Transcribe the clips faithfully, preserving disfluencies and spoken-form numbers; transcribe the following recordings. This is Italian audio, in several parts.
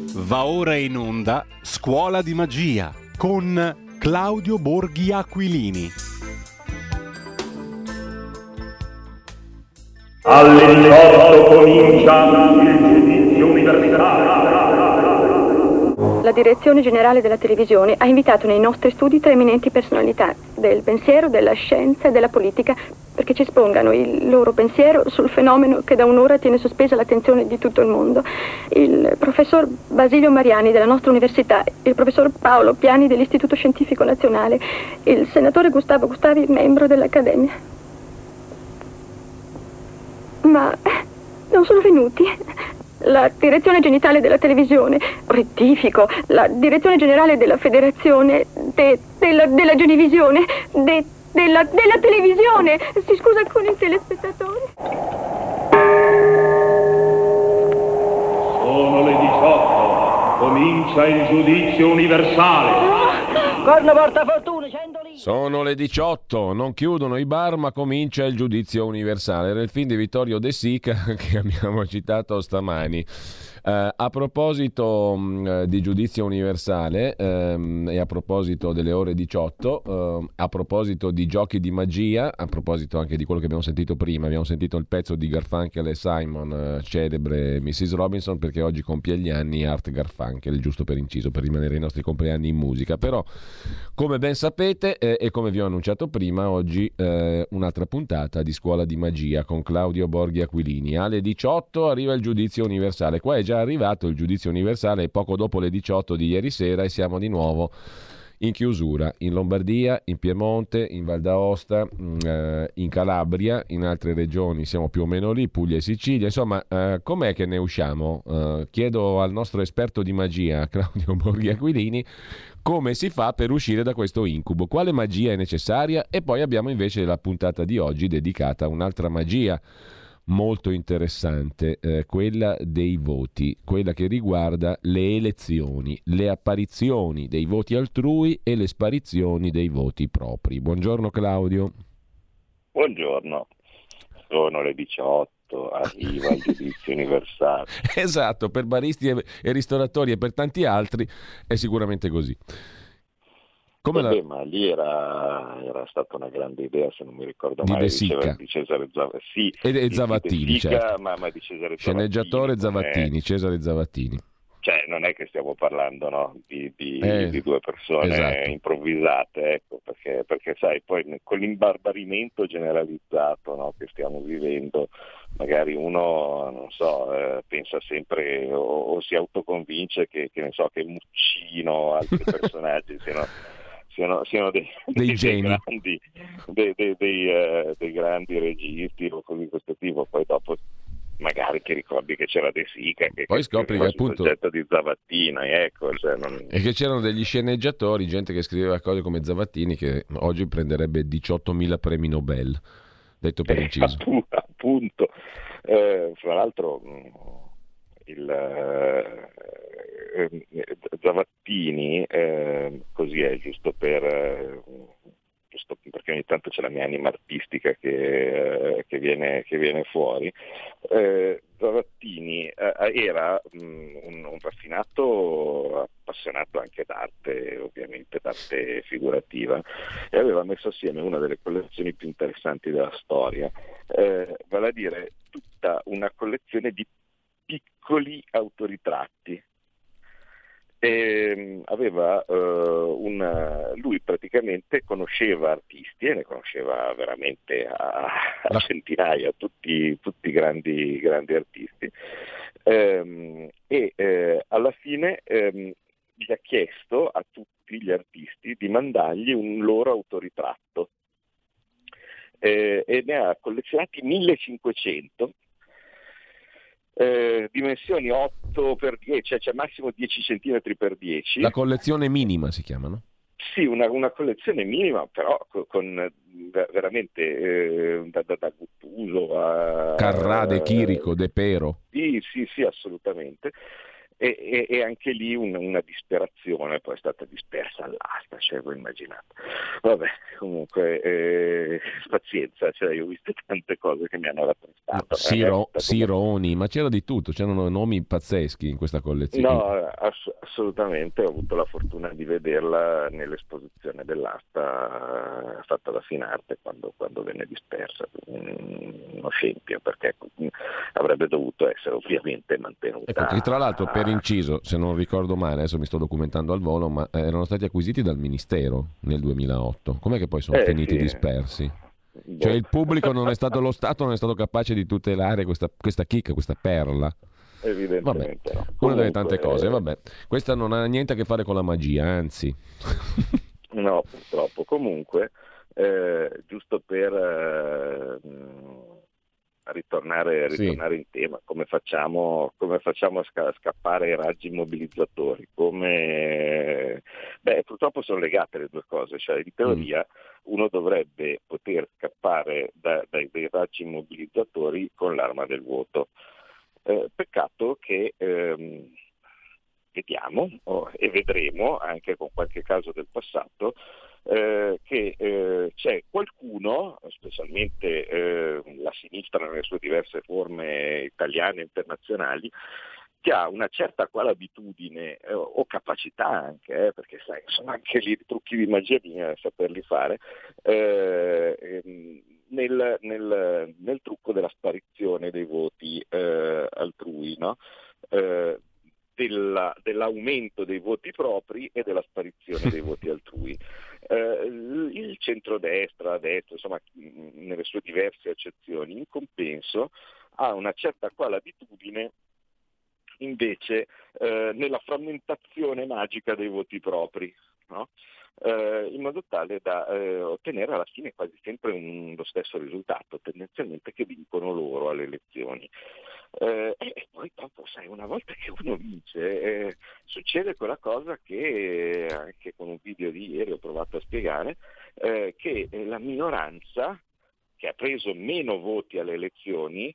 Va ora in onda Scuola di Magia con Claudio Borghi Aquilini. Alle diciotto comincia il giudizio universale. La Direzione Generale della Televisione ha invitato nei nostri studi tre eminenti personalità del pensiero, della scienza e della politica perché ci espongano il loro pensiero sul fenomeno che da un'ora tiene sospesa l'attenzione di tutto il mondo. Il professor Basilio Mariani della nostra università, il professor Paolo Piani dell'Istituto Scientifico Nazionale, il senatore Gustavo Gustavi, membro dell'Accademia. Ma non sono venuti. La direzione genitale della televisione, rettifico, la direzione generale della federazione, de, della, della genevisione, de, della, della televisione, si scusa con i telespettatori. Sono le diciotto, comincia il giudizio universale. Corno portafortuna, cento lire. Sono le diciotto, non chiudono i bar ma comincia il giudizio universale. Era il film di Vittorio De Sica che abbiamo citato stamani. Uh, a proposito um, di giudizio universale um, e a proposito delle ore diciotto, uh, a proposito di giochi di magia, a proposito anche di quello che abbiamo sentito prima, abbiamo sentito il pezzo di Garfunkel e Simon, uh, celebre missus Robinson, perché oggi compie gli anni Art Garfunkel, giusto per inciso, per rimanere ai nostri compleanni in musica. Però, come ben sapete eh, e come vi ho annunciato prima, oggi eh, un'altra puntata di Scuola di Magia con Claudio Borghi Aquilini. Alle diciotto arriva il giudizio universale. Qua è già arrivato il giudizio universale poco dopo le diciotto di ieri sera e siamo di nuovo in chiusura in Lombardia, in Piemonte, in Val d'Aosta, eh, in Calabria, in altre regioni siamo più o meno lì, Puglia e Sicilia. Insomma, eh, com'è che ne usciamo? Eh, chiedo al nostro esperto di magia, Claudio Borghi Aquilini, come si fa per uscire da questo incubo, quale magia è necessaria, e poi abbiamo invece la puntata di oggi dedicata a un'altra magia molto interessante, eh, quella dei voti, quella che riguarda le elezioni, le apparizioni dei voti altrui e le sparizioni dei voti propri. Buongiorno Claudio. Buongiorno, sono le diciotto, arriva il giudizio universale. Esatto, per baristi e, e ristoratori e per tanti altri è sicuramente così. Come Vabbè, la... ma lì era, era stata una grande idea, se non mi ricordo Di male, De Sica. di Cesare Zavattini. Sì, e, e di, Zavattini, di De Sica, certo. ma, ma di Cesare Sceneggiatore Zavattini. Zavattini, Cesare Zavattini. Cioè, non è che stiamo parlando, no, di, di, Eh, di due persone esatto. improvvisate, ecco, perché, perché sai, poi con l'imbarbarimento generalizzato, no, che stiamo vivendo, magari uno, non so, eh, pensa sempre o, o si autoconvince che, che ne so, che Muccino o altri personaggi siano siano, siano dei, dei, dei, geni. dei grandi dei, dei, dei, uh, dei grandi registi o cose di questo tipo. Poi dopo magari ti ricordi che c'era De Sica che, poi che scopri che appunto il progetto di Zavattini, ecco, cioè non... e che c'erano degli sceneggiatori, gente che scriveva cose come Zavattini, che oggi prenderebbe diciottomila premi Nobel, detto per inciso. Eh, appunto, eh, fra l'altro il eh, Zavattini, eh, così è, giusto per eh, giusto perché ogni tanto c'è la mia anima artistica che, eh, che, viene, che viene fuori. eh, Zavattini eh, era mh, un, un raffinato appassionato anche d'arte, ovviamente d'arte figurativa, e aveva messo assieme una delle collezioni più interessanti della storia, eh, vale a dire tutta una collezione di piccoli autoritratti. E aveva uh, una, lui praticamente conosceva artisti e ne conosceva veramente a, a centinaia, tutti, tutti grandi, grandi artisti, um, e uh, alla fine um, gli ha chiesto a tutti gli artisti di mandargli un loro autoritratto, e, e ne ha collezionati millecinquecento. Eh, dimensioni otto per dieci, cioè, cioè massimo dieci centimetri per dieci. La collezione minima si chiama, no? Sì, una, una collezione minima, però con, con veramente eh, da, da, da Guttuso a Carrà, De Chirico, De Pero. Sì, sì, sì, assolutamente. E, e, e anche lì un, una disperazione poi è stata dispersa all'asta, cioè voi immaginate. Vabbè, comunque eh, pazienza, cioè io ho visto tante cose che mi hanno rattrastato. Siro, eh, Sironi, ma c'era di tutto, c'erano nomi pazzeschi in questa collezione. No, ass- assolutamente, ho avuto la fortuna di vederla nell'esposizione dell'asta fatta da Finarte quando, quando venne dispersa, uno scempio, perché avrebbe dovuto essere ovviamente mantenuta. Ecco, che tra l'altro, per inciso, se non ricordo male, adesso mi sto documentando al volo, ma erano stati acquisiti dal Ministero nel duemilaotto. Com'è che poi sono eh, finiti sì. dispersi? Boh. Cioè il pubblico non è stato, lo Stato non è stato capace di tutelare questa, questa chicca, questa perla. Evidentemente vabbè, no. Una Comunque, delle tante cose, vabbè. Questa non ha niente a che fare con la magia, anzi. No, purtroppo. Comunque, eh, giusto per eh, ritornare, ritornare sì. in tema, come facciamo, come facciamo a sca- scappare i raggi immobilizzatori? Come... Beh, purtroppo sono legate le due cose, cioè in teoria mm. uno dovrebbe poter scappare da, dai, dai raggi immobilizzatori con l'arma del vuoto. Eh, peccato che ehm, vediamo oh, e vedremo anche con qualche caso del passato eh, che eh, c'è qualcuno, specialmente eh, la sinistra nelle sue diverse forme italiane e internazionali, che ha una certa quale abitudine eh, o capacità anche, eh, perché sai, sono anche lì trucchi di magia, bisogna saperli fare, eh, ehm, Nel, nel, nel trucco della sparizione dei voti eh, altrui, no? eh, della, dell'aumento dei voti propri e della sparizione dei voti altrui. Eh, il centrodestra, la destra, insomma, nelle sue diverse accezioni, in compenso, ha una certa quale abitudine invece eh, nella frammentazione magica dei voti propri, no? Eh, in modo tale da eh, ottenere alla fine quasi sempre un, lo stesso risultato, tendenzialmente che vincono loro alle elezioni. Eh, e poi dopo, sai, una volta che uno vince, eh, succede quella cosa che anche con un video di ieri ho provato a spiegare, eh, che la minoranza che ha preso meno voti alle elezioni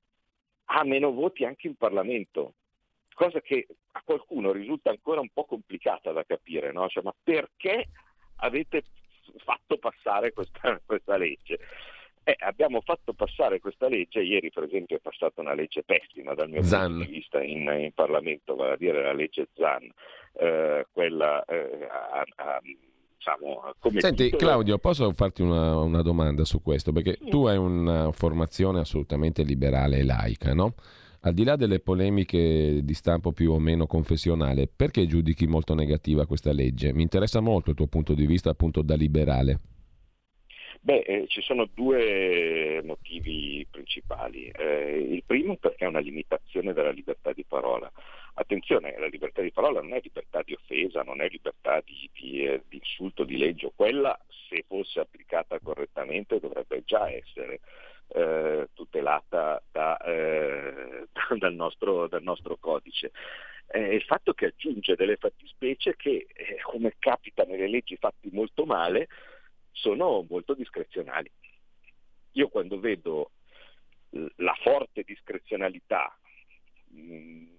ha meno voti anche in Parlamento. Cosa che a qualcuno risulta ancora un po' complicata da capire, no? Cioè, ma perché avete fatto passare questa, questa legge? Eh, abbiamo fatto passare questa legge, ieri per esempio è passata una legge pessima dal mio Zan. punto di vista in, in Parlamento, vale a dire la legge Zan, eh, quella eh, a, a, diciamo, come Senti titolo... Claudio, posso farti una, una domanda su questo? Perché sì. tu hai una formazione assolutamente liberale e laica, no? Al di là delle polemiche di stampo più o meno confessionale, perché giudichi molto negativa questa legge? Mi interessa molto il tuo punto di vista appunto da liberale. Beh, eh, ci sono due motivi principali. Eh, il primo perché è una limitazione della libertà di parola. Attenzione, la libertà di parola non è libertà di offesa, non è libertà di, di, eh, di insulto, di legge. Quella, se fosse applicata correttamente, dovrebbe già essere eh, tutelata da, eh, dal, nostro, dal nostro codice. Eh, il fatto che aggiunge delle fattispecie che, eh, come capita nelle leggi fatte molto male, sono molto discrezionali. Io quando vedo la forte discrezionalità in,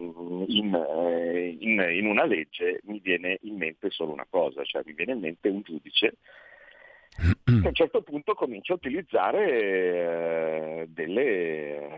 in, in una legge mi viene in mente solo una cosa, cioè mi viene in mente un giudice che a un certo punto comincia a utilizzare delle,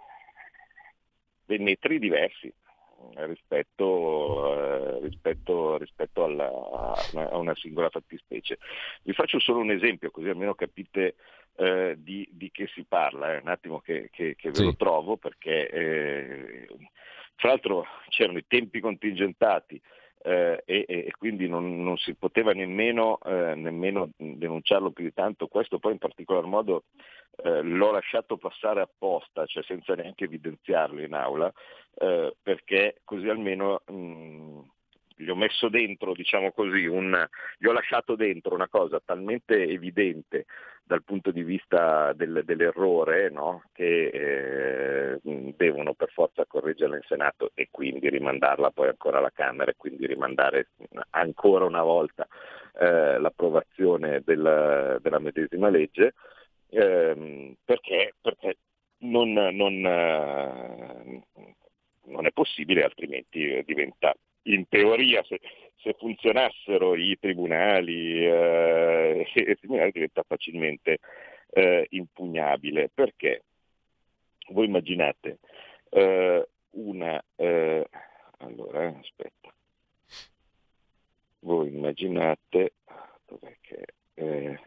dei metri diversi rispetto, eh, rispetto, rispetto alla, a, una, a una singola fattispecie. Vi faccio solo un esempio così almeno capite eh, di, di che si parla, eh. un attimo che, che, che ve sì. lo trovo, perché eh, tra l'altro c'erano i tempi contingentati eh, e, e quindi non, non si poteva nemmeno, eh, nemmeno denunciarlo più di tanto. Questo poi in particolar modo eh, l'ho lasciato passare apposta, cioè senza neanche evidenziarlo in aula, eh, perché così almeno mh, gli ho messo dentro, diciamo così, un, gli ho lasciato dentro una cosa talmente evidente dal punto di vista del, dell'errore, no? Che eh, devono per forza correggerla in Senato e quindi rimandarla poi ancora alla Camera e quindi rimandare ancora una volta eh, l'approvazione del, della medesima legge, ehm, perché, perché non, non, eh, non è possibile, altrimenti eh, diventa, in teoria, se, se funzionassero i tribunali, eh, i tribunali diventa facilmente eh, impugnabile. Perché? Voi immaginate eh, una... Eh, allora, eh, aspetta. Voi immaginate... Dov'è che... Eh,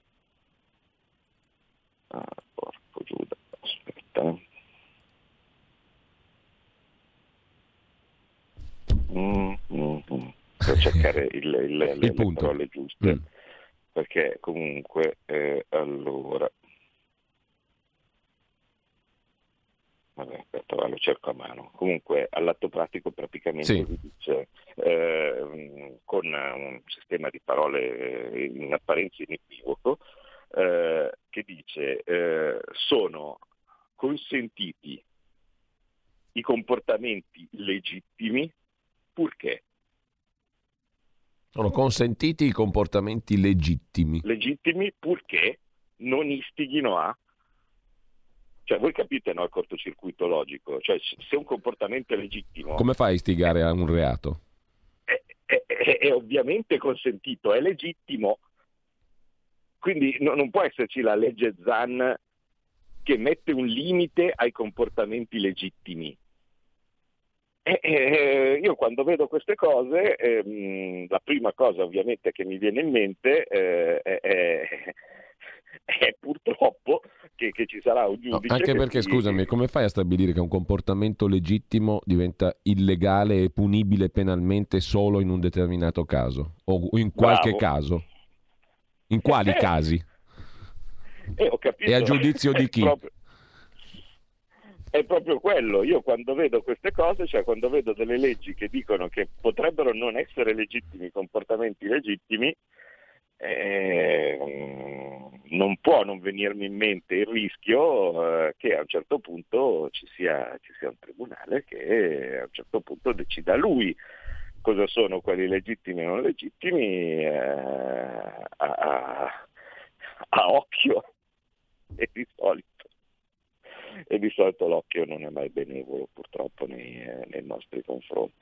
ah, porco Giuda, aspetta. Mm, mm, mm. Per cercare il, il, le, il le parole giuste, mm. perché comunque eh, allora vabbè, aspetta, va, lo cerco a mano. Comunque all'atto pratico praticamente sì. si dice eh, con un sistema di parole eh, in apparenza inequivoco eh, che dice eh, sono consentiti i comportamenti legittimi purché sono consentiti i comportamenti legittimi. Legittimi purché non istighino a... Cioè, voi capite, no, il cortocircuito logico? Cioè, se un comportamento è legittimo... Come fai a istigare a un reato? È, è, è, è ovviamente consentito, è legittimo. Quindi no, non può esserci la legge Zan che mette un limite ai comportamenti legittimi. Eh, eh, io quando vedo queste cose, ehm, la prima cosa ovviamente che mi viene in mente eh, è, è, è purtroppo che, che ci sarà un giudice. No, anche perché, si... scusami, come fai a stabilire che un comportamento legittimo diventa illegale e punibile penalmente solo in un determinato caso? O in qualche Bravo. caso? In quali eh, casi? Eh, ho capito. E a giudizio di chi? È proprio... È proprio quello, io quando vedo queste cose, cioè quando vedo delle leggi che dicono che potrebbero non essere legittimi comportamenti legittimi, eh, non può non venirmi in mente il rischio eh, che a un certo punto ci sia, ci sia un tribunale che a un certo punto decida lui cosa sono quelli legittimi e non legittimi eh, a, a, a occhio, e di solito. E di solito l'occhio non è mai benevolo purtroppo nei, eh, nei nostri confronti.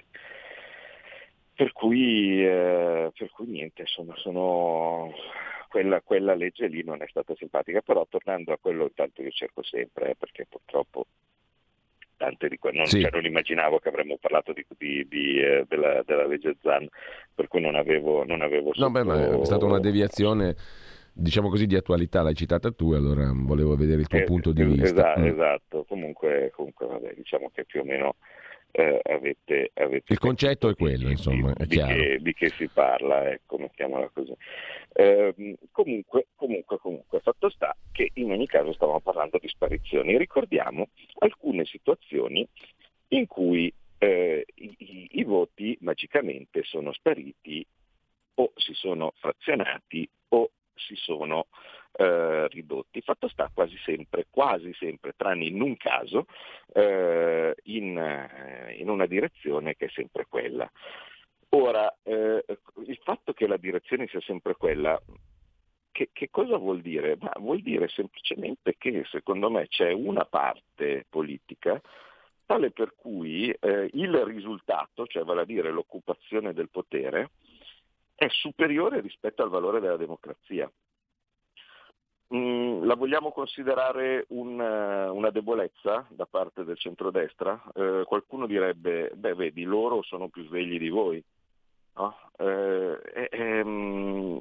Per cui, eh, per cui niente, insomma, sono... quella, quella legge lì non è stata simpatica, però tornando a quello intanto io cerco sempre, eh, perché purtroppo tante di que- non, sì. cioè, non immaginavo che avremmo parlato di, di, di, eh, della, della legge Zan, per cui non avevo, non avevo No, beh, ma è stata una deviazione, diciamo così, di attualità, l'hai citata tu, allora volevo vedere il tuo eh, punto di es- vista. Esatto, mm. esatto. Comunque, comunque vabbè, diciamo che più o meno eh, avete, avete il concetto è capito quello, di, insomma, di, è di chiaro. che, di che si parla, ecco, mettiamola così. Eh, comunque, comunque, comunque, fatto sta che in ogni caso stavamo parlando di sparizioni. Ricordiamo alcune situazioni in cui eh, i, i, i voti magicamente sono spariti o si sono frazionati o si sono eh, ridotti. Fatto sta quasi sempre, quasi sempre, tranne in un caso, eh, in, eh, in una direzione che è sempre quella. Ora, eh, il fatto che la direzione sia sempre quella, che, che cosa vuol dire? Ma vuol dire semplicemente che secondo me c'è una parte politica tale per cui eh, il risultato, cioè vale a dire l'occupazione del potere, è superiore rispetto al valore della democrazia. Mm, la vogliamo considerare un, una debolezza da parte del centrodestra? Eh, qualcuno direbbe, beh vedi, loro sono più svegli di voi. No? Eh, eh, ehm,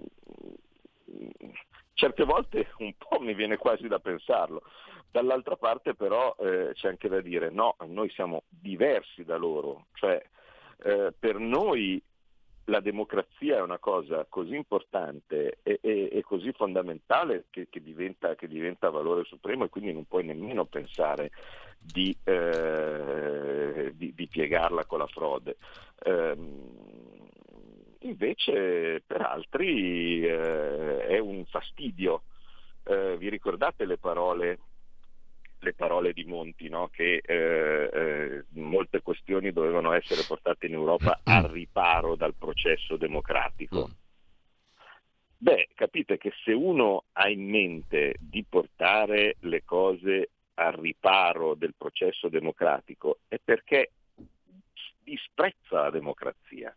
certe volte un po' mi viene quasi da pensarlo. Dall'altra parte però eh, c'è anche da dire, no, noi siamo diversi da loro. Cioè, eh, per noi la democrazia è una cosa così importante e, e, e così fondamentale che, che, diventa, che diventa valore supremo, e quindi non puoi nemmeno pensare di, eh, di, di piegarla con la frode. Eh, invece per altri eh, è un fastidio. Eh, vi ricordate le parole le parole di Monti, no? Che eh, eh, molte questioni dovevano essere portate in Europa al riparo dal processo democratico. Beh, capite che se uno ha in mente di portare le cose al riparo del processo democratico è perché la democrazia.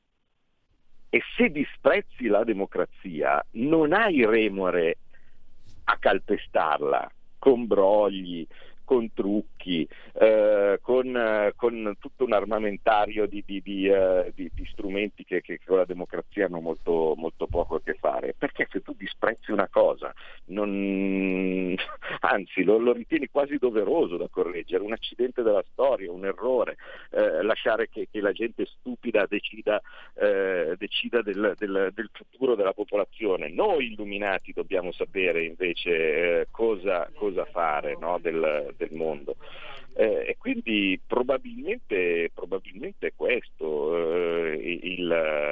E se disprezzi la democrazia non hai remore a calpestarla con brogli, con trucchi, eh, con, eh, con tutto un armamentario di, di, di, uh, di, di strumenti che, che con la democrazia hanno molto, molto poco a che fare. Perché se tu disprezzi una cosa, non... anzi lo, lo ritieni quasi doveroso da correggere, un accidente della storia, un errore, eh, lasciare che, che la gente stupida decida, eh, decida del, del, del futuro della popolazione. Noi illuminati dobbiamo sapere invece eh, cosa, cosa fare, no, del del mondo, eh, e quindi probabilmente probabilmente questo eh, il,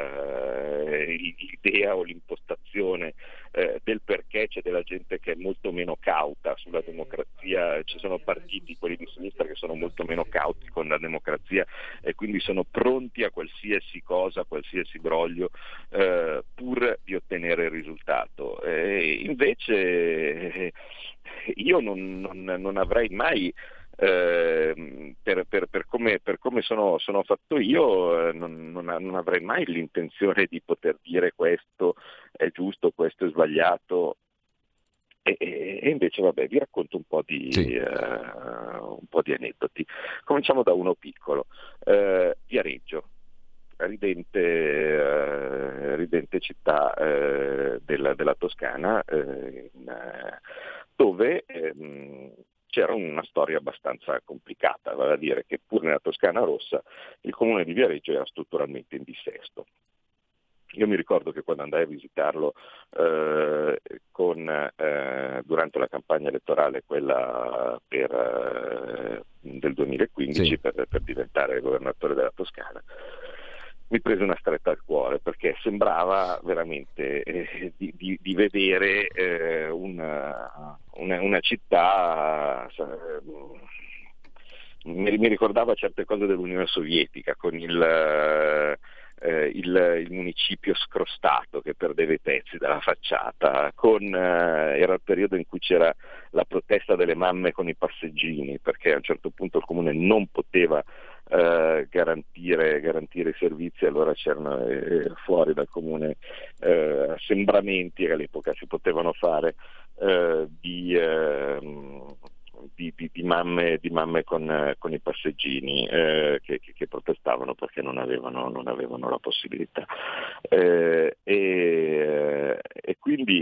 eh, l'idea o l'impostazione eh, del perché c'è della gente che è molto meno cauta sulla democrazia. Ci sono partiti, quelli di sinistra, che sono molto meno cauti con la democrazia e quindi sono pronti a qualsiasi cosa, a qualsiasi broglio, eh, pur di ottenere il risultato. E invece eh, io non, non, non avrei mai, eh, per, per, per come, per come sono, sono fatto io, eh, non, non, non avrei mai l'intenzione di poter dire questo è giusto, questo è sbagliato. E, e invece vabbè, vi racconto un po' di, sì. uh, un po' di aneddoti. Cominciamo da uno piccolo. Uh, Viareggio, ridente, uh, ridente città uh, della, della Toscana, uh, in, uh, dove um, c'era una storia abbastanza complicata, vale a dire che pur nella Toscana rossa il comune di Viareggio era strutturalmente in dissesto. Io mi ricordo che quando andai a visitarlo eh, con, eh, durante la campagna elettorale, quella per, eh, del duemilaquindici, sì. per, per diventare governatore della Toscana, mi prese una stretta al cuore, perché sembrava veramente eh, di, di, di vedere eh, una, una, una città, eh, mi, mi ricordava certe cose dell'Unione Sovietica, con il, eh, il, il municipio scrostato che perdeva i pezzi dalla facciata, con, eh, era il periodo in cui c'era la protesta delle mamme con i passeggini, perché a un certo punto il comune non poteva Eh, garantire, garantire i servizi, allora c'erano eh, fuori dal comune eh, assembramenti che all'epoca si potevano fare eh, di, eh, di, di, di mamme, di mamme con, eh, con i passeggini eh, che, che, che protestavano perché non avevano, non avevano la possibilità eh, e, e quindi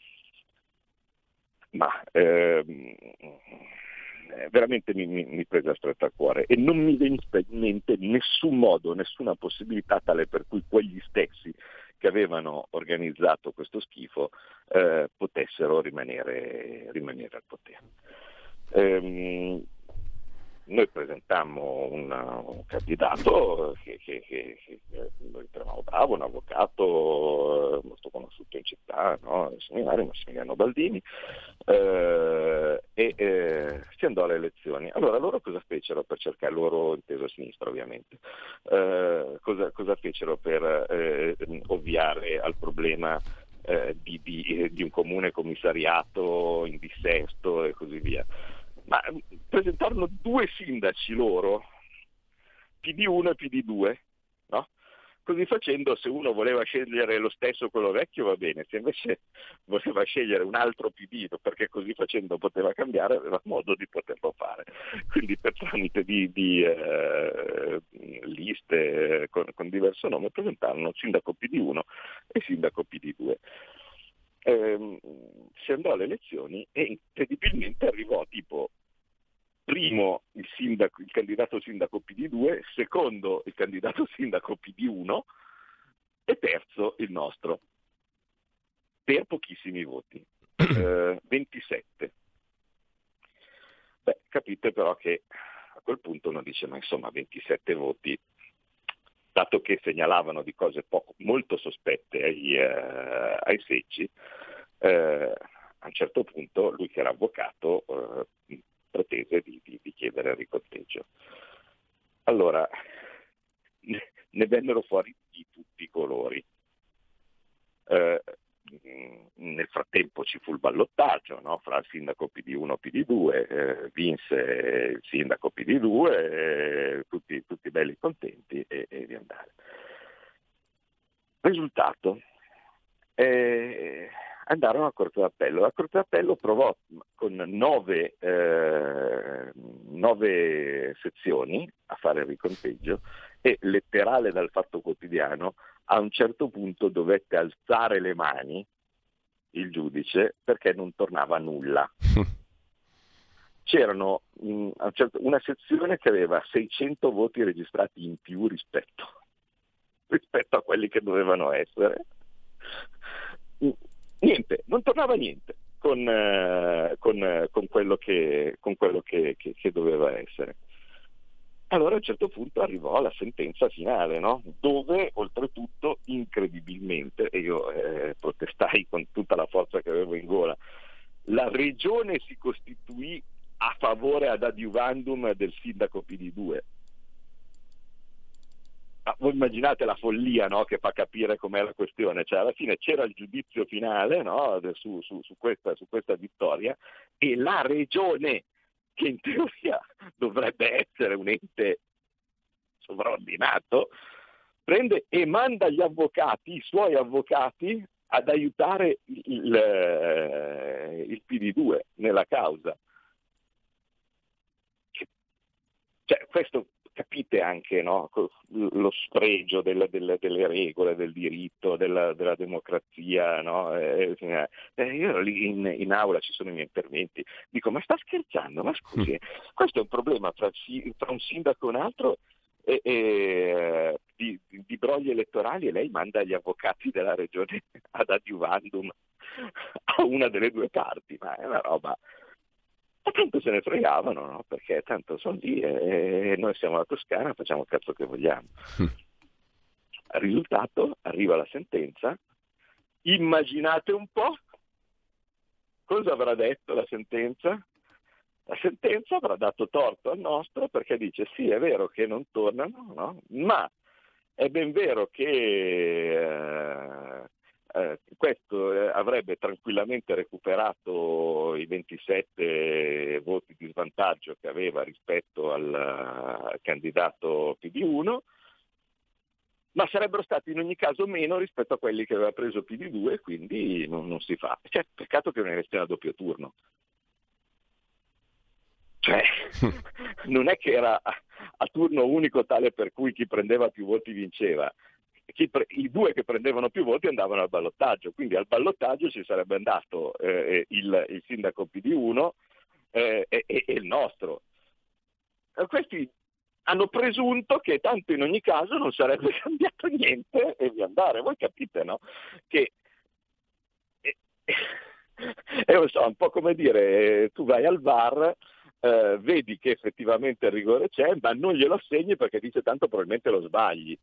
ma ehm, veramente mi, mi, mi prese a stretta al cuore e non mi veniva in mente in nessun modo, nessuna possibilità tale per cui quegli stessi che avevano organizzato questo schifo eh, potessero rimanere, rimanere al potere. Ehm, noi presentammo un, un candidato che, che, che, che noi ritrovavamo bravo, un avvocato eh, molto conosciuto in città, no? Il seminario Massimiliano Baldini, eh, e eh, si andò alle elezioni. Allora loro cosa fecero per cercare, loro inteso a sinistra ovviamente, eh, cosa, cosa fecero per eh, ovviare al problema eh, di, di, di un comune commissariato in dissesto e così via? Ma presentarono due sindaci loro, P D uno e P D due, no? Così facendo, se uno voleva scegliere lo stesso quello vecchio va bene, se invece voleva scegliere un altro P D, perché così facendo poteva cambiare, aveva modo di poterlo fare. Quindi per tramite di, di eh, liste eh, con, con diverso nome presentarono sindaco P D uno e sindaco P D due. Eh, si andò alle elezioni e incredibilmente arrivò tipo primo il sindaco, il candidato sindaco P D due, secondo il candidato sindaco P D uno e terzo il nostro, per pochissimi voti, eh, ventisette. Beh, capite però che a quel punto uno dice, ma insomma ventisette voti, dato che segnalavano di cose poco, molto sospette ai, eh, ai seggi, eh, a un certo punto lui che era avvocato eh, pretese di, di, di chiedere il riconteggio. Allora ne, ne vennero fuori di tutti i colori. Eh, nel frattempo ci fu il ballottaggio, no? Fra il sindaco P D uno e P D due, eh, vinse il sindaco P D due, eh, tutti, tutti belli contenti e, e via andando. andarono a Corte d'Appello. La Corte d'Appello provò con nove, eh, nove sezioni a fare il riconteggio e, letterale dal Fatto Quotidiano, a un certo punto dovette alzare le mani il giudice perché non tornava nulla. C'erano mh, a un certo, una sezione che aveva seicento voti registrati in più rispetto, rispetto a quelli che dovevano essere. Niente, non tornava niente con, eh, con, con quello, che, con quello che, che, che doveva essere. Allora a un certo punto arrivò la sentenza finale, no? Dove oltretutto incredibilmente, e io eh, protestai con tutta la forza che avevo in gola, la regione si costituì a favore ad adiuvandum del sindaco P D due. Ma voi immaginate la follia, no, che fa capire com'è la questione, cioè alla fine c'era il giudizio finale, no, su, su, su, questa, su questa vittoria, e la regione, che in teoria dovrebbe essere un ente sovraordinato, prende e manda gli avvocati, i suoi avvocati, ad aiutare il, il, il P D due nella causa. Cioè, questo capite anche, no, lo spregio delle, delle, delle regole, del diritto, della, della democrazia, no? Eh, eh, io lì in, in aula ci sono i miei interventi, dico ma sta scherzando, ma scusi, questo è un problema tra, tra un sindaco e un altro e, e, di, di brogli elettorali, e lei manda gli avvocati della regione ad adiuvandum a una delle due parti, ma è una roba. Ma tanto se ne fregavano, no? Perché tanto sono lì e noi siamo la Toscana, facciamo il cazzo che vogliamo. Al risultato, arriva la sentenza, immaginate un po' cosa avrà detto la sentenza. La sentenza avrà dato torto al nostro perché dice sì, è vero che non tornano, no? Ma è ben vero che eh, Eh, questo eh, avrebbe tranquillamente recuperato i ventisette voti di svantaggio che aveva rispetto al, al candidato P D uno, ma sarebbero stati in ogni caso meno rispetto a quelli che aveva preso P D due, quindi non, non si fa. Cioè, peccato che è un'elezione a doppio turno. Cioè, non è che era a, a turno unico tale per cui chi prendeva più voti vinceva. Chi pre- I due che prendevano più voti andavano al ballottaggio, quindi al ballottaggio ci sarebbe andato eh, il, il sindaco P D uno eh, e, e il nostro. E questi hanno presunto che tanto in ogni caso non sarebbe cambiato niente e di andare. Voi capite, no? Che è, è un po' come dire, tu vai al V A R, eh, vedi che effettivamente il rigore c'è, ma non glielo assegni perché dice tanto probabilmente lo sbagli.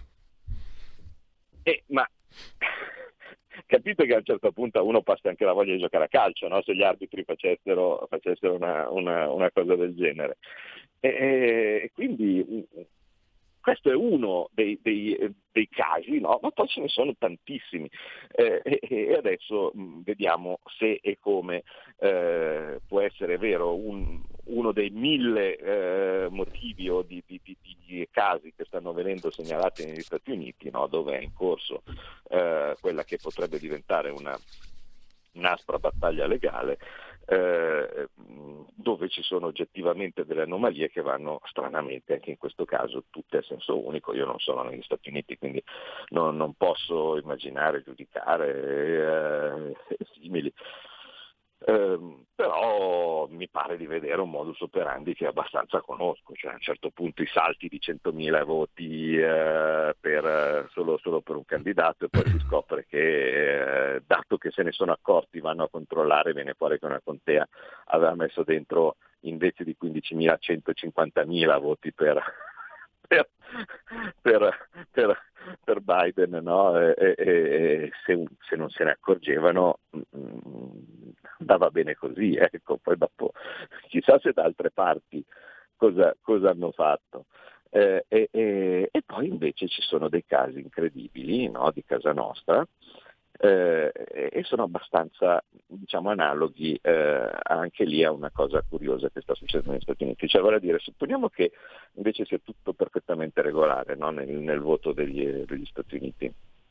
Eh, ma capite che a un certo punto a uno passa anche la voglia di giocare a calcio, no? Se gli arbitri facessero, facessero una, una, una cosa del genere. E, e quindi questo è uno dei, dei, dei casi, no? Ma poi ce ne sono tantissimi. Eh, e, e adesso mh, vediamo se e come eh, può essere vero un, uno dei mille eh, motivi o di, di, di, di casi che stanno venendo segnalati negli Stati Uniti, no? Dove è in corso eh, quella che potrebbe diventare una un'aspra battaglia legale, eh, dove ci sono oggettivamente delle anomalie che vanno stranamente, anche in questo caso tutte a senso unico. Io non sono negli Stati Uniti, quindi non, non posso immaginare, giudicare eh, simili. Eh, però mi pare di vedere un modus operandi che abbastanza conosco, cioè a un certo punto i salti di centomila voti eh, per, solo, solo per un candidato, e poi si scopre che eh, dato che se ne sono accorti vanno a controllare, viene fuori che una contea aveva messo dentro invece di quindicimila centocinquantamila voti per Per, per, per, per Biden, no? E, e, e se, se non se ne accorgevano andava bene così, ecco. Poi dopo chissà se da altre parti cosa, cosa hanno fatto. Eh, e, e, e poi invece ci sono dei casi incredibili, no? Di casa nostra, eh, e sono abbastanza, diciamo, analoghi eh, anche lì a una cosa curiosa che sta succedendo negli Stati Uniti. Cioè, vorrei dire, supponiamo che invece sia tutto perfettamente regolare, no? nel, nel voto degli, degli Stati Uniti.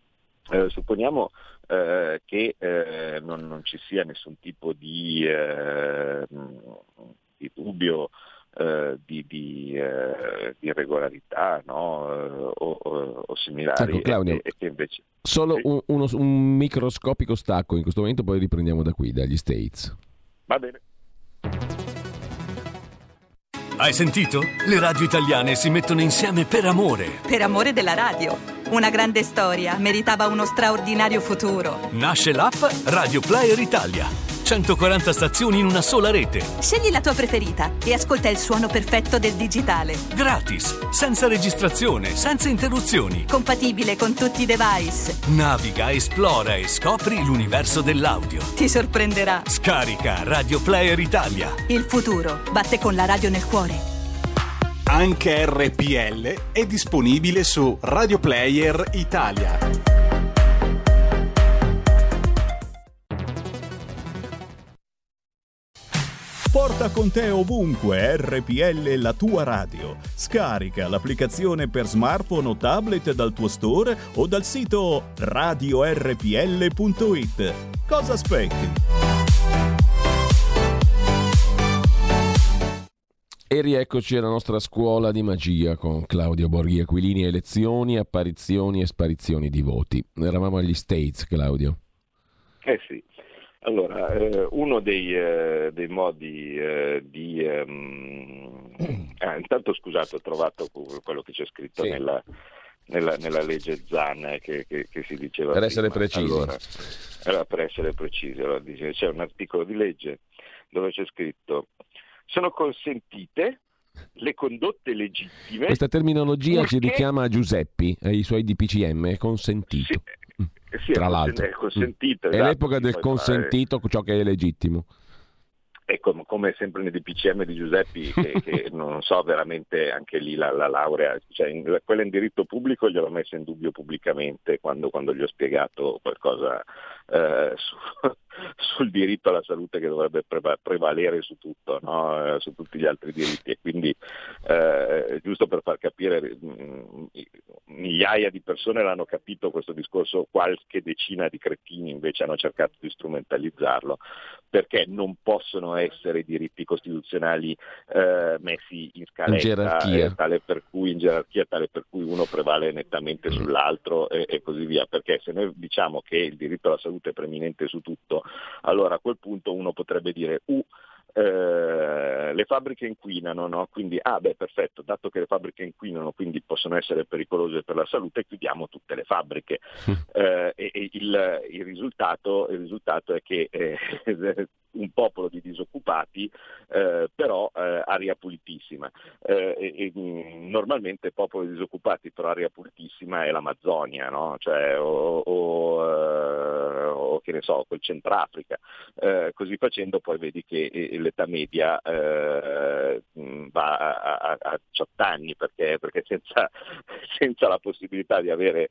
eh, supponiamo eh, che eh, non, non ci sia nessun tipo di, eh, di dubbio, eh, di, di, eh, di irregolarità, no? o, o, o similari. Ecco, Claudio, e, e che invece... solo sì. un, uno, un microscopico stacco in questo momento, poi riprendiamo da qui, dagli States. Va bene. Hai sentito? Le radio italiane si mettono insieme per amore. Per amore della radio. Una grande storia meritava uno straordinario futuro. Nasce l'app Radio Player Italia. centoquaranta stazioni in una sola rete. Scegli la tua preferita e ascolta il suono perfetto del digitale. Gratis, senza registrazione, senza interruzioni. Compatibile con tutti i device. Naviga, esplora e scopri l'universo dell'audio. Ti sorprenderà. Scarica Radio Player Italia. Il futuro batte con la radio nel cuore. Anche R P L è disponibile su Radio Player Italia. Porta con te ovunque R P L, la tua radio. Scarica l'applicazione per smartphone o tablet dal tuo store o dal sito radio erre pi elle punto it. Cosa aspetti? E rieccoci alla nostra scuola di magia con Claudio Borghi Aquilini. Elezioni, apparizioni e sparizioni di voti. Eravamo agli States, Claudio. Eh sì. Allora, eh, uno dei, eh, dei modi eh, di... Um... Ah, intanto scusate, ho trovato quello che c'è scritto sì. nella, nella, nella legge Zan che, che, che si diceva per prima. essere precisi. Allora, allora, per essere precisi, allora, c'è un articolo di legge dove c'è scritto: sono consentite le condotte legittime. Questa terminologia perché... ci richiama a Giuseppi, ai suoi D P C M, è consentito. Sì. Sì, Tra è l'altro, è consentito, è esatto, l'epoca del poi, consentito, ciò che è legittimo. E come, come sempre nei D P C M di Giuseppi, che, che non so veramente anche lì la, la laurea, cioè in, quella in diritto pubblico gliel'ho messa in dubbio pubblicamente quando, quando gli ho spiegato qualcosa eh, su, sul diritto alla salute che dovrebbe prevalere su tutto, no? Su tutti gli altri diritti, e quindi eh, giusto per far capire, mh, migliaia di persone l'hanno capito questo discorso, qualche decina di cretini invece hanno cercato di strumentalizzarlo, perché non possono essere diritti costituzionali eh, messi in scaletta, in gerarchia. Eh, tale per cui in gerarchia tale per cui uno prevale nettamente sull'altro e, e così via, perché se noi diciamo che il diritto alla salute è preminente su tutto, allora a quel punto uno potrebbe dire uh, eh, le fabbriche inquinano, no? Quindi ah beh perfetto, dato che le fabbriche inquinano quindi possono essere pericolose per la salute, chiudiamo tutte le fabbriche. eh, e, e il, il risultato il risultato è che eh, un popolo di disoccupati, eh, però eh, aria pulitissima. Eh, e, e, normalmente popolo di disoccupati però aria pulitissima è l'Amazzonia, no? Cioè, o, o, eh, o che ne so, quel Centrafrica. Eh, così facendo poi vedi che eh, l'età media eh, va a, a, a diciotto anni, perché, perché senza, senza la possibilità di avere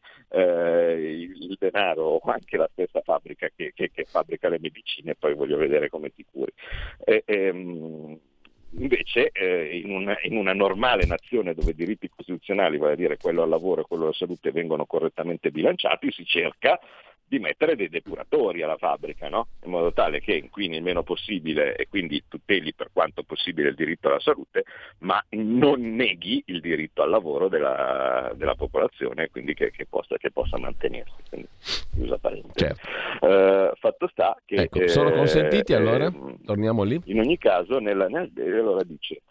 eh, il, il denaro o anche la stessa fabbrica che, che, che fabbrica le medicine, poi voglio vedere come ti curi. E, e, invece eh, in, una, in una normale nazione dove i diritti costituzionali, vale a dire quello al lavoro e quello alla salute, vengono correttamente bilanciati, si cerca di mettere dei depuratori alla fabbrica, no? In modo tale che inquini il meno possibile e quindi tuteli per quanto possibile il diritto alla salute, ma non neghi il diritto al lavoro della, della popolazione, quindi che, che, possa, che possa mantenersi. Quindi, chiusa parentesi. Certo. Uh, fatto sta che ecco, sono consentiti, eh, allora eh, torniamo lì. In ogni caso, nella, nel, allora dice: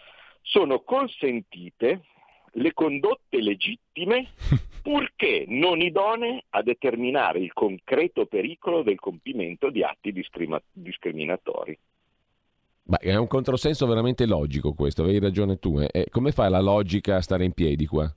sono consentite le condotte legittime purché non idonee a determinare il concreto pericolo del compimento di atti discrima- discriminatori. Beh, è un controsenso veramente logico questo, avevi ragione tu. Eh. Come fa la logica a stare in piedi qua?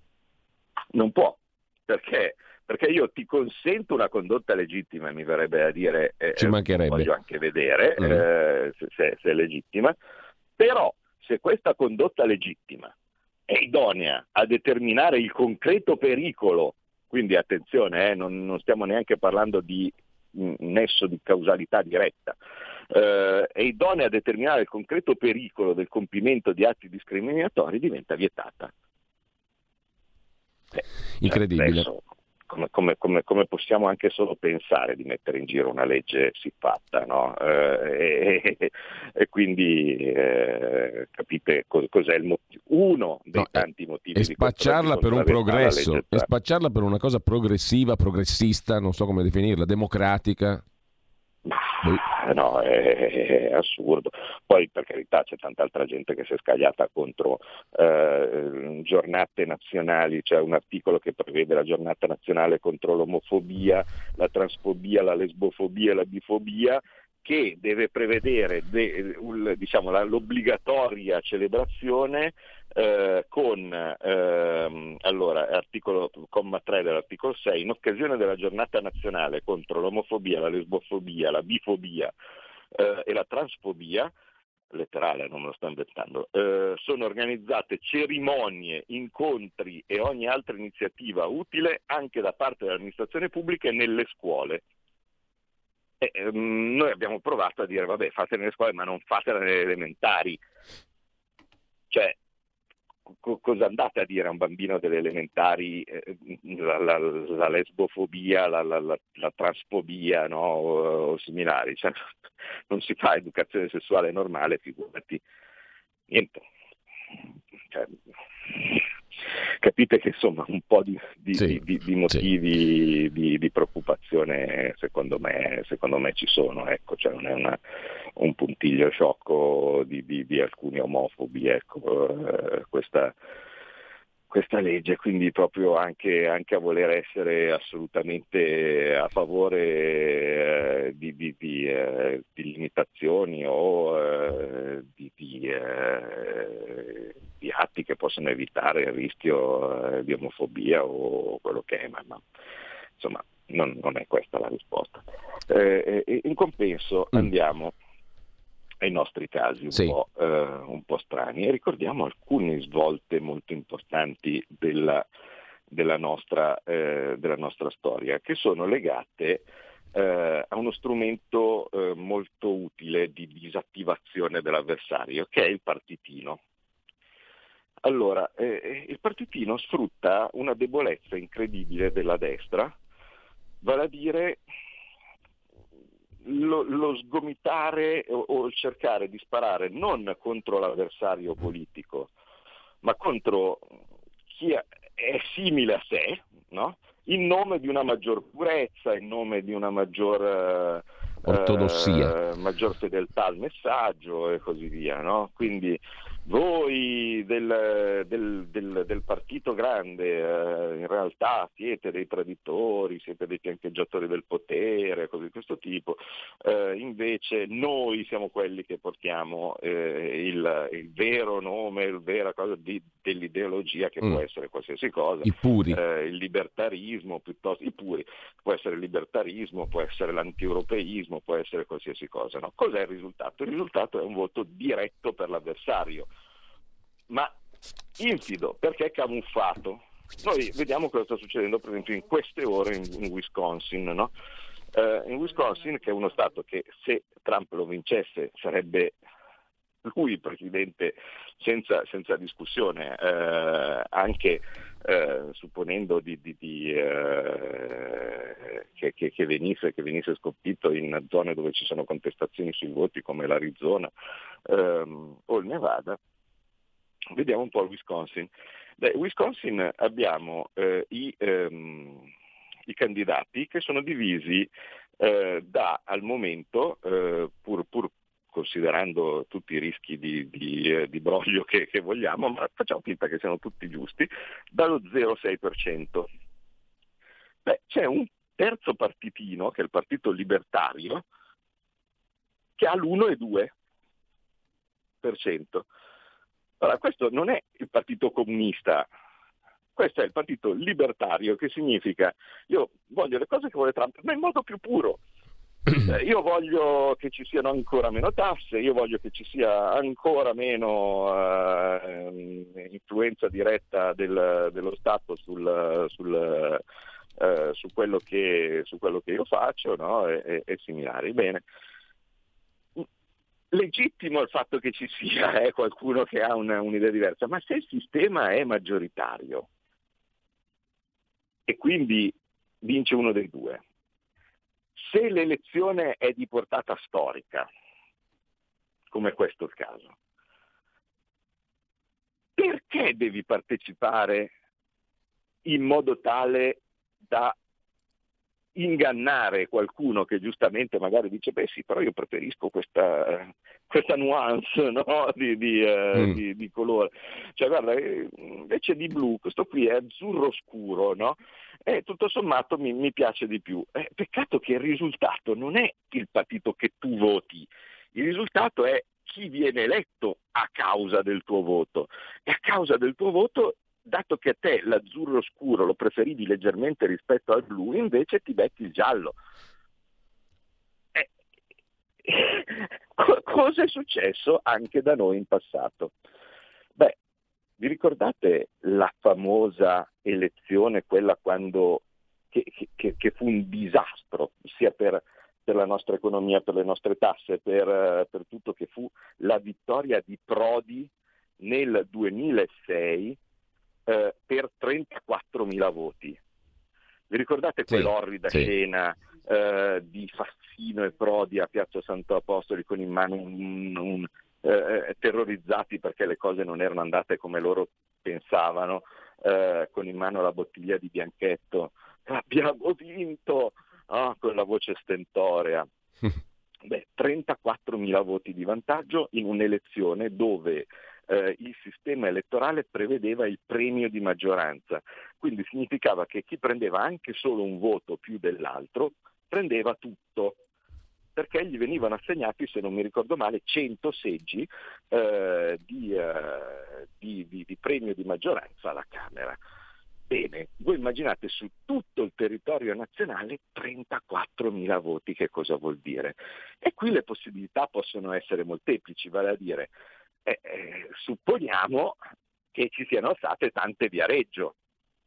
Non può, perché, perché io ti consento una condotta legittima, mi verrebbe a dire, eh, ci mancherebbe, voglio anche vedere mm. eh, se, se, se è legittima, però se questa condotta legittima è idonea a determinare il concreto pericolo, quindi attenzione, eh, non, non stiamo neanche parlando di mh, nesso di causalità diretta, eh, è idonea a determinare il concreto pericolo del compimento di atti discriminatori, diventa vietata. Eh, Incredibile. Adesso, come, come, come, come possiamo anche solo pensare di mettere in giro una legge siffatta, no? Eh, e, e quindi eh, capite cos- cos'è il motivo, uno dei no, tanti motivi e di questa spacciarla per un progresso, legge e spacciarla per una cosa progressiva, progressista, non so come definirla, democratica. No, è, è assurdo. Poi per carità c'è tanta altra gente che si è scagliata contro eh, giornate nazionali, c'è un articolo che prevede la giornata nazionale contro l'omofobia, la transfobia, la lesbofobia e la bifobia, che deve prevedere de, un, diciamo, la, l'obbligatoria celebrazione eh, con ehm, allora, articolo comma tre dell'articolo sei, in occasione della giornata nazionale contro l'omofobia, la lesbofobia, la bifobia eh, e la transfobia, letterale, non me lo sto inventando, eh, sono organizzate cerimonie, incontri e ogni altra iniziativa utile anche da parte dell'amministrazione pubblica e nelle scuole. E, um, noi abbiamo provato a dire vabbè, fate nelle scuole ma non fatela nelle elementari, cioè co- cosa andate a dire a un bambino delle elementari eh, la, la, la lesbofobia, la, la, la, la transfobia, no? o, o similari, cioè, non si fa educazione sessuale normale, figurati, niente, cioè, capite che insomma un po' di, di, sì, di, di motivi sì. di, di preoccupazione secondo me, secondo me ci sono, ecco, cioè non è una, un puntiglio sciocco di, di, di alcuni omofobi, ecco, eh, questa, questa legge, quindi proprio anche, anche a voler essere assolutamente a favore eh, di, di, di, eh, di limitazioni o eh, di, di, eh, di atti che possono evitare il rischio eh, di omofobia o quello che è, ma, ma insomma non, non è questa la risposta. Eh, in compenso mm. andiamo ai nostri casi un, sì. po', eh, un po' strani e ricordiamo alcune svolte molto importanti della, della, nostra, eh, della nostra storia, che sono legate eh, a uno strumento eh, molto utile di disattivazione dell'avversario, che è il partitino. Allora, eh, il partitino sfrutta una debolezza incredibile della destra, vale a dire Lo, lo sgomitare o, o cercare di sparare non contro l'avversario politico, ma contro chi è, è simile a sé, no? In nome di una maggior purezza, in nome di una maggior eh, ortodossia, eh, maggior fedeltà al messaggio e così via, no? Quindi voi del, del, del, del partito grande eh, in realtà siete dei traditori, siete dei fiancheggiatori del potere, cose di questo tipo, eh, invece noi siamo quelli che portiamo eh, il, il vero nome, il vera cosa di, dell'ideologia che mm. può essere qualsiasi cosa, i puri. Eh, il libertarismo piuttosto, i puri, può essere il libertarismo, può essere l'antieuropeismo, può essere qualsiasi cosa, no? Cos'è il risultato? Il risultato è un voto diretto per l'avversario, ma infido perché è camuffato. Noi vediamo cosa sta succedendo per esempio in queste ore in, in Wisconsin, no? Eh, in Wisconsin, che è uno stato che se Trump lo vincesse sarebbe lui il presidente senza, senza discussione, eh, anche eh, supponendo di, di, di, eh, che, che, che, venisse, che venisse sconfitto in zone dove ci sono contestazioni sui voti come l'Arizona ehm, o il Nevada. Vediamo un po' il Wisconsin. Da Wisconsin abbiamo eh, i, ehm, i candidati che sono divisi eh, da al momento, eh, pur, pur considerando tutti i rischi di, di, eh, di broglio che, che vogliamo, ma facciamo finta che siano tutti giusti, dallo zero virgola sei per cento. Beh, c'è un terzo partitino, che è il Partito Libertario, che ha l'uno virgola due per cento. Allora, questo non è il Partito Comunista, questo è il Partito Libertario, che significa io voglio le cose che vuole Trump, ma in modo più puro. Eh, io voglio che ci siano ancora meno tasse, io voglio che ci sia ancora meno eh, influenza diretta del, dello Stato sul, sul, eh, su, quello che, su quello che io faccio, no? e, e, e similari. Bene. Legittimo il fatto che ci sia eh, qualcuno che ha una, un'idea diversa, ma se il sistema è maggioritario e quindi vince uno dei due. Se l'elezione è di portata storica, come questo il caso, perché devi partecipare in modo tale da ingannare qualcuno che giustamente magari dice beh sì, però io preferisco questa, questa nuance, no? di, di, uh, mm. di, di colore, cioè guarda, invece di blu questo qui è azzurro scuro, no? E tutto sommato mi, mi piace di più. Eh, peccato che il risultato non è il partito che tu voti, il risultato è chi viene eletto a causa del tuo voto, e a causa del tuo voto, dato che a te l'azzurro scuro lo preferivi leggermente rispetto al blu, invece ti becchi il giallo. Eh, cosa è successo anche da noi in passato? Beh, vi ricordate la famosa elezione, quella quando che, che, che fu un disastro, sia per, per la nostra economia, per le nostre tasse, per, per tutto, che fu la vittoria di Prodi nel duemilasei, Eh, per trentaquattromila voti. Vi ricordate sì, quell'orrida sì. scena eh, di Fassino e Prodi a Piazza Santo Apostoli con in mano un, un, eh, terrorizzati perché le cose non erano andate come loro pensavano, eh, con in mano la bottiglia di Bianchetto, abbiamo vinto, oh, con la voce stentorea. Beh, trentaquattromila voti di vantaggio in un'elezione dove eh, il sistema elettorale prevedeva il premio di maggioranza, quindi significava che chi prendeva anche solo un voto più dell'altro prendeva tutto, perché gli venivano assegnati, se non mi ricordo male, cento seggi eh, di, eh, di, di, di premio di maggioranza alla Camera. Bene, voi immaginate su tutto il territorio nazionale trentaquattromila voti, che cosa vuol dire? E qui le possibilità possono essere molteplici, vale a dire, eh, eh, supponiamo che ci siano state tante viareggio,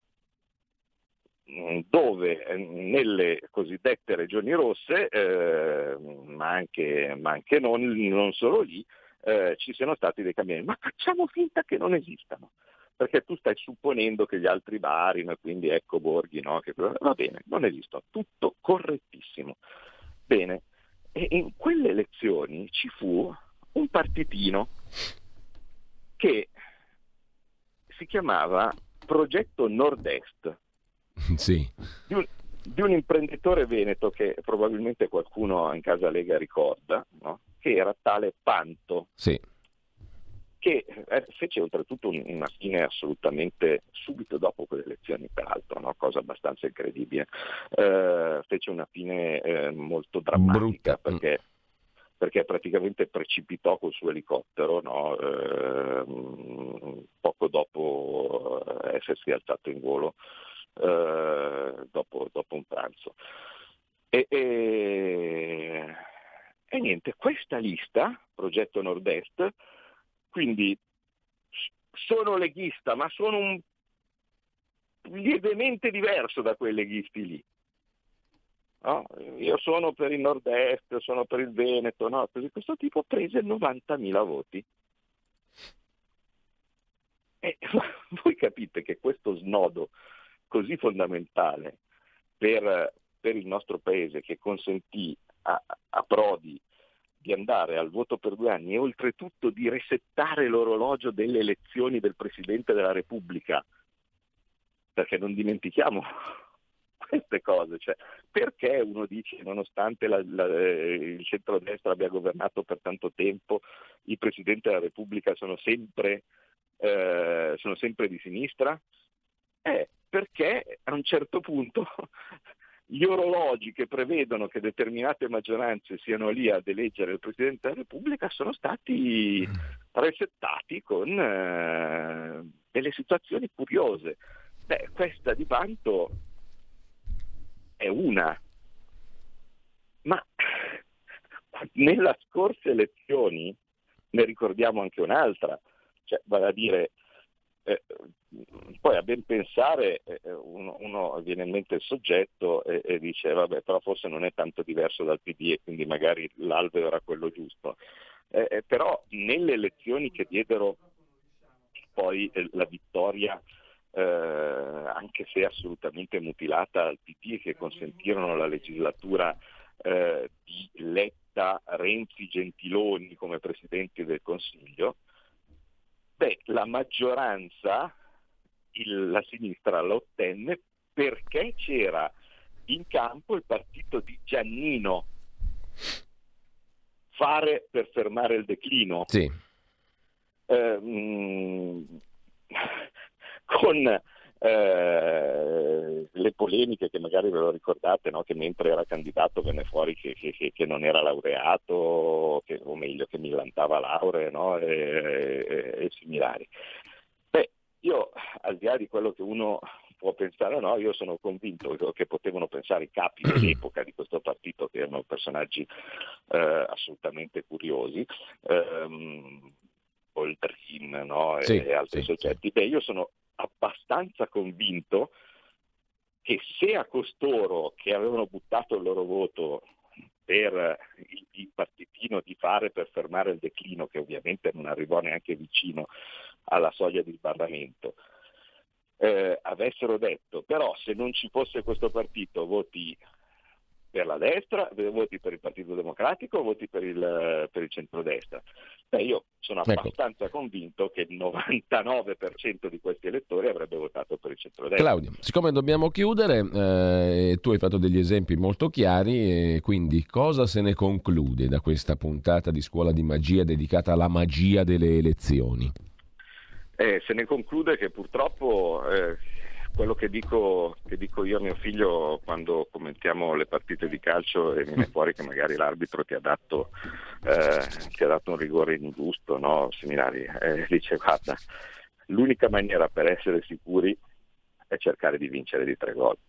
dove eh, nelle cosiddette regioni rosse, eh, ma, anche, ma anche non, non solo lì, eh, ci siano stati dei cambiamenti. Ma facciamo finta che non esistano, perché tu stai supponendo che gli altri varino e quindi ecco Borghi, no? Che, va bene, non esistono, tutto correttissimo. Bene, e in quelle elezioni ci fu un partitino che si chiamava Progetto Nord-Est, sì. di, un, di un imprenditore veneto che probabilmente qualcuno in casa Lega ricorda, no? Che era tale Panto. Sì. Che eh, fece oltretutto un, una fine assolutamente subito dopo quelle elezioni, peraltro, no? Cosa abbastanza incredibile, eh, fece una fine eh, molto drammatica, brutta. perché, perché praticamente precipitò col suo elicottero, no? eh, poco dopo eh, essersi alzato in volo, eh, dopo, dopo un pranzo. E, e, e niente, questa lista, Progetto Nord-Est, quindi sono leghista, ma sono un lievemente diverso da quei leghisti lì. No? Io sono per il Nord-Est, sono per il Veneto, no? Così questo tipo prese novantamila voti. E voi capite che questo snodo così fondamentale per, per il nostro paese, che consentì a, a Prodi di andare al voto per due anni e oltretutto di resettare l'orologio delle elezioni del Presidente della Repubblica, perché non dimentichiamo queste cose, cioè perché uno dice, nonostante la, la, il centrodestra abbia governato per tanto tempo, i Presidenti della Repubblica sono sempre, eh, sono sempre di sinistra? Eh, perché a un certo punto gli orologi che prevedono che determinate maggioranze siano lì ad eleggere il Presidente della Repubblica sono stati resettati con eh, delle situazioni curiose. Beh, questa di Panto è una, ma nella scorsa elezioni ne ricordiamo anche un'altra, cioè vale a dire, Eh, poi a ben pensare eh, uno, uno viene in mente il soggetto e, e dice vabbè, però forse non è tanto diverso dal P D e quindi magari l'alveo era quello giusto, eh, eh, però nelle elezioni che diedero poi eh, la vittoria eh, anche se assolutamente mutilata, al P D e che consentirono la legislatura eh, di Letta, Renzi, Gentiloni come presidenti del Consiglio, beh, la maggioranza, il, la sinistra la ottenne perché c'era in campo il partito di Giannino, Fare per fermare il declino. Sì. Eh, mh, con eh, le polemiche che magari ve lo ricordate, no? Che mentre era candidato venne fuori che, che, che non era laureato, che, o meglio che millantava lauree, no? e, e, e similari. Beh, io al di là di quello che uno può pensare, no, io sono convinto che potevano pensare i capi dell'epoca di questo partito, che erano personaggi eh, assolutamente curiosi, ehm, Boldrin, no? Sì, e altri sì, soggetti. Beh, io sono abbastanza convinto che se a costoro che avevano buttato il loro voto per il, il partitino di Fare per fermare il declino, che ovviamente non arrivò neanche vicino alla soglia di sbarramento, eh, avessero detto però se non ci fosse questo partito voti per la destra, voti per il Partito Democratico, voti per il, per il centrodestra. Beh, io sono abbastanza ecco. convinto che il novantanove per cento di questi elettori avrebbe votato per il centrodestra. Claudio, siccome dobbiamo chiudere, eh, tu hai fatto degli esempi molto chiari, e quindi cosa se ne conclude da questa puntata di Scuola di Magia dedicata alla magia delle elezioni? Eh, se ne conclude che purtroppo... Eh, quello che dico, che dico io a mio figlio quando commentiamo le partite di calcio e viene fuori che magari l'arbitro ti ha dato, eh, ti ha dato un rigore ingiusto, no? Seminari, eh, dice guarda, l'unica maniera per essere sicuri è cercare di vincere di tre gol.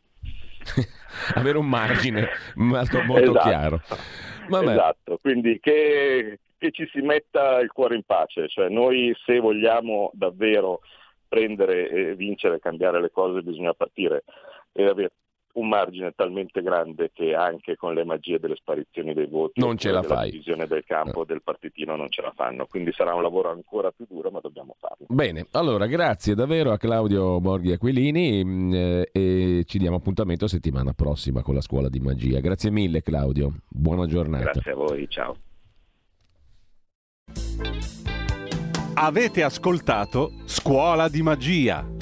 Avere un margine molto, molto esatto. chiaro. Vabbè. Esatto, quindi che, che ci si metta il cuore in pace, cioè noi se vogliamo davvero prendere e vincere, cambiare le cose, bisogna partire e avere un margine talmente grande che anche con le magie delle sparizioni dei voti non ce la della fai. divisione del campo, del partitino non ce la fanno, quindi sarà un lavoro ancora più duro, ma dobbiamo farlo. Bene, allora grazie davvero a Claudio Borghi Aquilini eh, e ci diamo appuntamento settimana prossima con la Scuola di Magia. Grazie mille Claudio, buona giornata. Grazie a voi, ciao. Avete ascoltato Scuola di Magia.